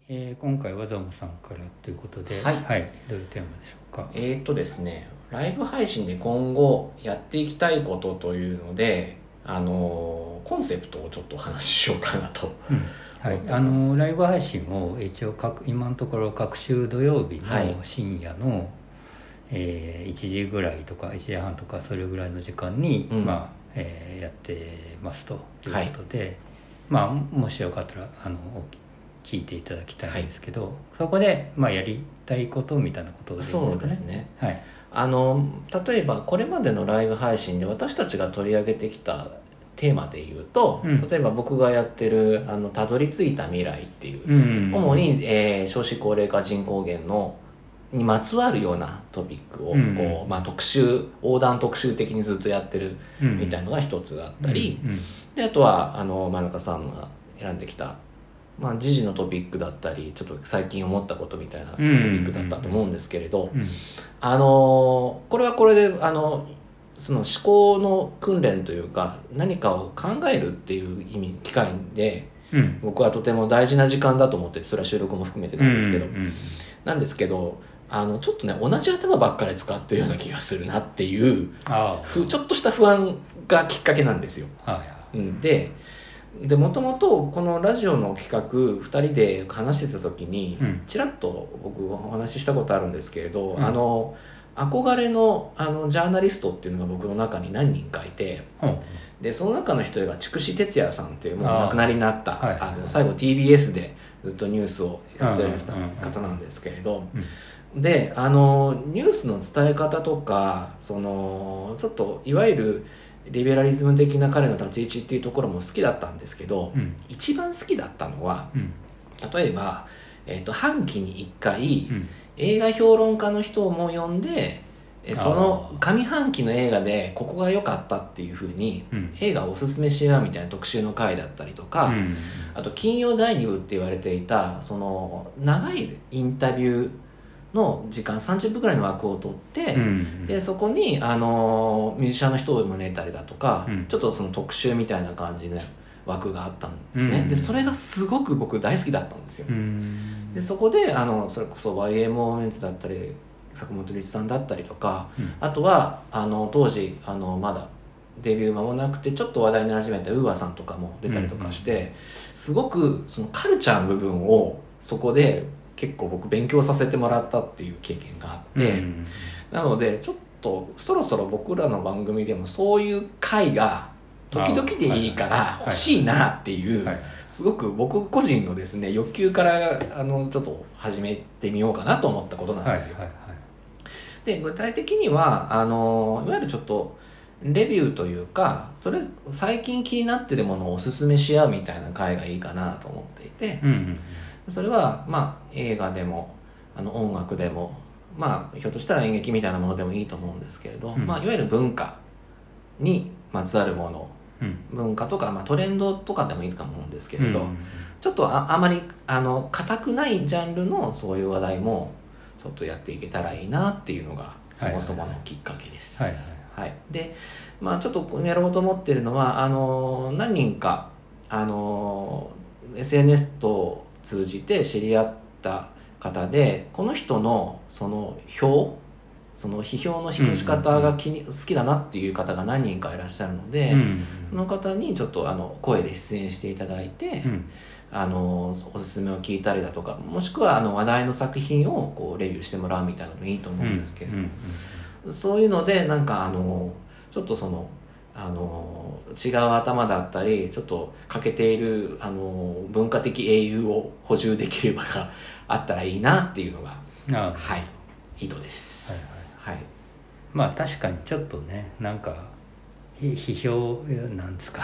今回はザムさんからということで、 はい、 どういうテーマでしょうか。 ですね、ライブ配信で今後やっていきたいことというので、コンセプトをちょっとお話ししようかなと思ってます。 ライブ配信を一応今のところ各週土曜日の深夜の、1時ぐらいとか1時半とかそれぐらいの時間に、やってますということで、もしよかったら聞いていただきたいんですけど、そこで、やりたいことみたいなことでいいですかね。 そうですね、例えばこれまでのライブ配信で私たちが取り上げてきたテーマで言うと、例えば僕がやってるたどり着いた未来っていう、主に、少子高齢化人口減にまつわるようなトピックを横断特集的にずっとやってるみたいのが一つあったり、であとは真中さんが選んできた時事のトピックだったり、ちょっと最近思ったことみたいなトピックだったと思うんですけれど、これはこれでその思考の訓練というか、何かを考えるっていう機会で、僕はとても大事な時間だと思って、それは収録も含めてなんですけど、ちょっとね、同じ頭ばっかり使ってるような気がするなっていうちょっとした不安がきっかけなんですよ。でもともとこのラジオの企画2人で話してた時にちらっと僕お話ししたことあるんですけれど、憧れのジャーナリストっていうのが僕の中に何人かいて、でその中の一人が筑紫哲也さんっていう、もう亡くなりになった最後 TBS でずっとニュースをやってらした方なんですけれど、でニュースの伝え方とか、ちょっといわゆるリベラリズム的な彼の立ち位置っていうところも好きだったんですけど、一番好きだったのは、例えば、半期に1回、映画評論家の人も呼んで、その上半期の映画でここが良かったっていう風に、映画をおすすめしようみたいな特集の回だったりとか、あと金曜第2部って言われていたその長いインタビューの時間30分くらいの枠を取って、でそこにミュージシャンの人を招いたりだとか、ちょっとその特集みたいな感じで枠があったんですね。でそれがすごく僕大好きだったんですよ。でそこでそれこそ YMO メンツだったり坂本龍一さんだったりとか、あとは当時まだデビュー間もなくてちょっと話題になり始めたウーアさんとかも出たりとかして、すごくそのカルチャーの部分をそこで結構僕勉強させてもらったっていう経験があって、なのでちょっとそろそろ僕らの番組でもそういう回が時々でいいから欲しいなっていう、すごく僕個人のですね欲求からちょっと始めてみようかなと思ったことなんですよ。で具体的にはいわゆるちょっとレビューというか、それ最近気になってるものをおすすめし合うみたいな回がいいかなと思っていて、それは映画でも音楽でも、ひょっとしたら演劇みたいなものでもいいと思うんですけれど、いわゆる文化にまつわるもの、文化とか、トレンドとかでもいいと思うんですけれど、ちょっとあまり固くないジャンルのそういう話題もちょっとやっていけたらいいなっていうのがそもそものきっかけです。で、ちょっとやろうと思ってるのは何人かSNS と通じて知り合った方で、この人のその批評の仕方が好きだなっていう方が何人かいらっしゃるので、その方にちょっと声で出演していただいて、おすすめを聞いたりだとか、もしくは話題の作品をこうレビューしてもらうみたいなのもいいと思うんですけれど、そういうのでなんかちょっとその違う頭だったりちょっと欠けている文化的英雄を補充できる場があったらいいなっていうのが意図です。 確かにちょっとね、なんか批評なんですか、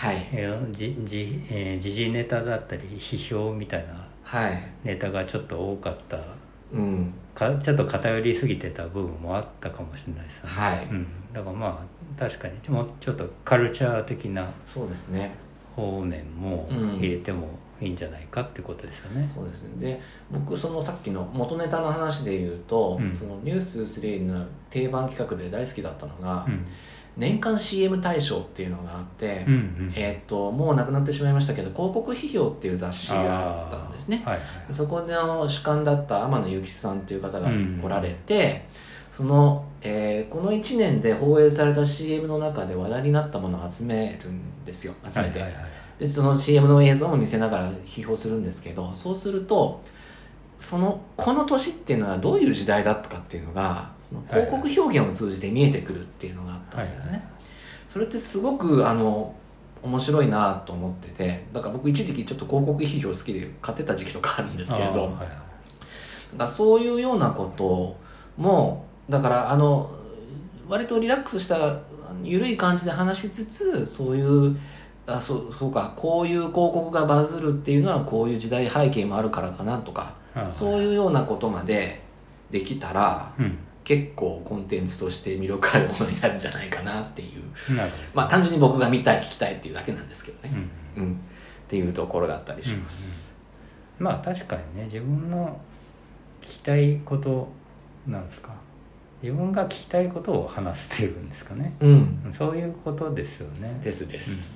時事ネタだったり批評みたいなネタがちょっと多かった、ちょっと偏りすぎてた部分もあったかもしれないですよね。だから確かにもうちょっとカルチャー的な方面も入れてもいいんじゃないかってことですよね。 そうですね。で僕そのさっきの元ネタの話で言うと、そのニュース3の定番企画で大好きだったのが、 年間 CM 大賞っていうのがあって、 うんうん、 もうなくなってしまいましたけど広告批評っていう雑誌があったんですね、 はいはい、 そこで主幹だった天野幸さんっていう方が来られて、その、この1年で放映された CM の中で話題になったものを集めるんですよ、集めて、はいはいはい、でその CM の映像も見せながら批評するんですけど、そうするとこの年っていうのはどういう時代だったかっていうのがその広告表現を通じて見えてくるっていうのがあったんですね、はいはい、それってすごく面白いなと思ってて、だから僕一時期ちょっと広告批評好きで買ってた時期とかあるんですけれど、はいはい、だからそういうようなこともだから割とリラックスした緩い感じで話しつつ、そういうそうかこういう広告がバズるっていうのはこういう時代背景もあるからかなとか、そういうようなことまでできたら、うん、結構コンテンツとして魅力あるものになるんじゃないかなっていう、まあ単純に僕が見たい聞きたいっていうだけなんですけどね、うんうん、っていうところだったりします、 うんうん、まあ確かにね、自分の聞きたいことなんですか、自分が聞きたいことを話すっていうんですかね、うん、そういうことですよね。 です、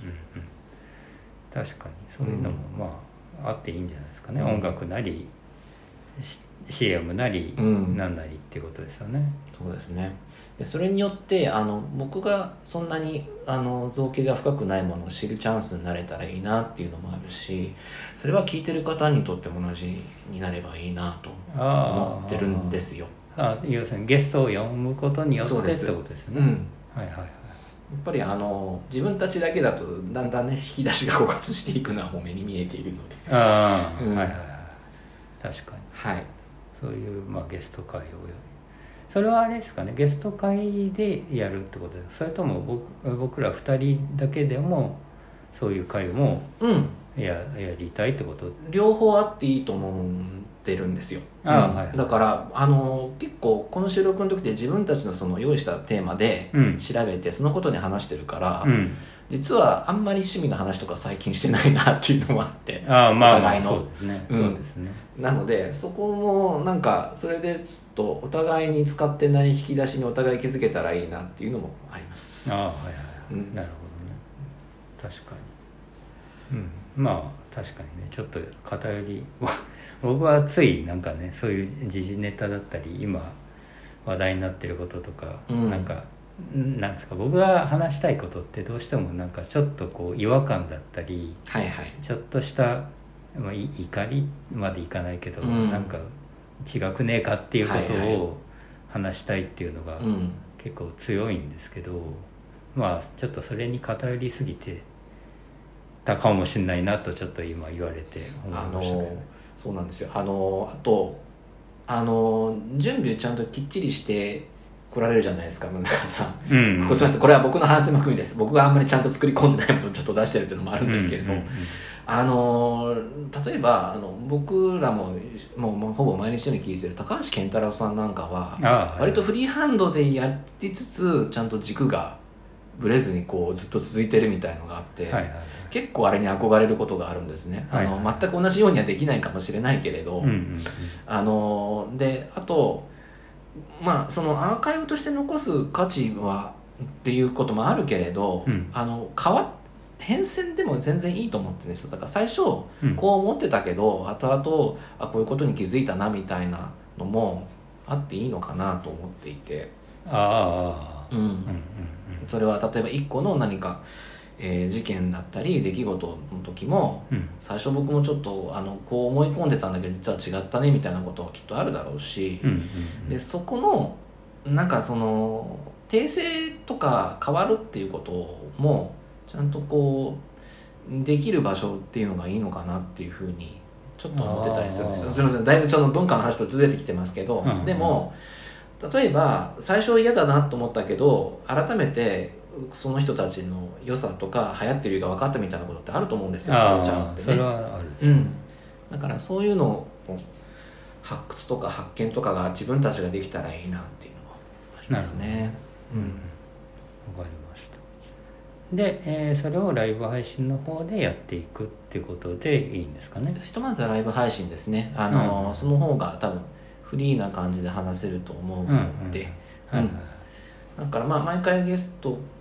うんうんうん、確かにそういうのもまあ、あっていいんじゃないですかね、音楽なりCM なりなんなりっていうことですよね、 そうですね。でそれによって僕がそんなに造形が深くないものを知るチャンスになれたらいいなっていうのもあるし、それは聞いてる方にとっても同じになればいいなと思ってるんですよ。 要するにゲストを読むことによってってことですよね。はいはいはい。やっぱり自分たちだけだとだんだんね引き出しが枯渇していくのはもう目に見えているので、 はいはいはい、確かに、 はい、 そういう、ゲスト会をそれはあれですかね、ゲスト会でやるってことですか、それとも僕ら2人だけでもそういう会もやりたいってこと？ 両方あっていいと思ってるんですよ、はいはい、だから結構この収録の時で自分たちのその用意したテーマで調べてそのことに話してるから、実はあんまり趣味の話とか最近してないなっていうのもあって、お互いの、 そうですね、そうですね。 なのでそこもなんかそれでちょっとお互いに使ってない引き出しにお互い気づけたらいいなっていうのもあります。 はいはい、なるほどね、確かに、まあ確かにね、ちょっと偏り僕はついなんかね、そういう時事ネタだったり今話題になってることとか、なんかなんですか、僕が話したいことってどうしてもなんかちょっとこう違和感だったり、 はいはい、 ちょっとした、怒りまでいかないけど、なんか違くねえかっていうことを話したいっていうのが結構強いんですけど、ちょっとそれに偏りすぎてたかもしれないなとちょっと今言われて思いましたね。 そうなんですよ。あと準備をちゃんときっちりして来られるじゃないですか、村中さん、すみません、これは僕の反省も含みです。僕があんまりちゃんと作り込んでないものをちょっと出してるっていうのもあるんですけれど、例えば僕らもうほぼ毎日のように聞いてる高橋健太郎さんなんかは割とフリーハンドでやりつつちゃんと軸がブレずにこうずっと続いてるみたいのがあって、結構あれに憧れることがあるんですね。全く同じようにはできないかもしれないけれど、であとそのアーカイブとして残す価値はっていうこともあるけれど、変遷でも全然いいと思ってるんですよ。だから最初こう思ってたけど、後々こういうことに気づいたなみたいなのもあっていいのかなと思っていて、それは例えば一個の何か、事件だったり出来事の時も、最初僕もちょっとこう思い込んでたんだけど実は違ったねみたいなことはきっとあるだろうし、でそこのなんかその訂正とか変わるっていうこともちゃんとこうできる場所っていうのがいいのかなっていうふうにちょっと思ってたりするんですよ。すみません、だいぶちょっと文化の話とずれてきてますけど、でも例えば最初嫌だなと思ったけど改めてその人たちの良さとか流行ってる理由が分かったみたいなことってあると思うんですよ、カルチャーってね。 それはあるでしょう、 だからそういうのを発掘とか発見とかが自分たちができたらいいなっていうのはありますね。 わかりました。で、それをライブ配信の方でやっていくってことでいいんですかね。 ひとまずはライブ配信ですね。その方が多分フリーな感じで話せると思うので、だから毎回ゲスト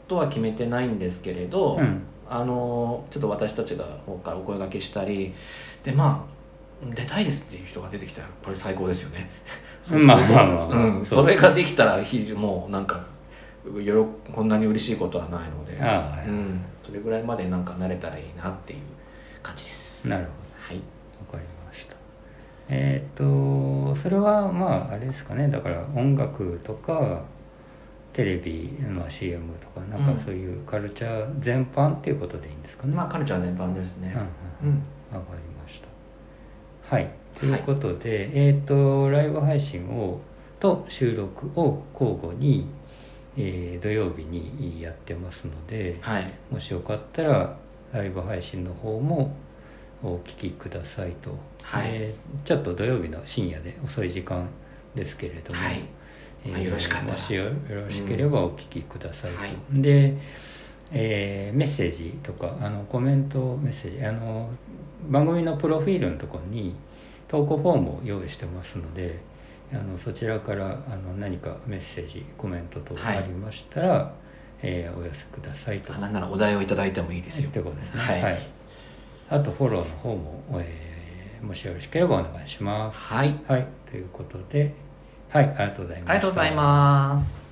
とは決めてないんですけれど、 うん、 ちょっと私たちが方からお声掛けしたりで、まあ出たいですっていう人が出てきたらこれ最高ですよね。 まあまあまあ、 うん、それができたらもうなんかこんなに嬉しいことはないので、 はい、 うん、それぐらいまでなんか慣れたらいいなっていう感じです。 なるほど、 はい、 わかりました。それはまああれですかね、だから音楽とかテレビの CM とかなんかそういうカルチャー全般っていうことでいいんですかね。 まあカルチャー全般ですね。 うん、わかりました。はい、ということで、ライブ配信と収録を交互に、土曜日にやってますので、 はい、 もしよかったらライブ配信の方もお聞きくださいと、 はい、 ちょっと土曜日の深夜で遅い時間ですけれども、 はい、よろしかったらもしよろしければお聞きくださいと、 はい、 で、メッセージとかコメントメッセージ番組のプロフィールのところに投稿フォームを用意してますので、そちらから何かメッセージコメント等ありましたら、お寄せくださいと。 なんならお題をいただいてもいいですよってことですね。 はい、 はい、あとフォローの方も、もしよろしければお願いします。 はい、 はい、ということで、はい、ありがとうございました。 ありがとうございます。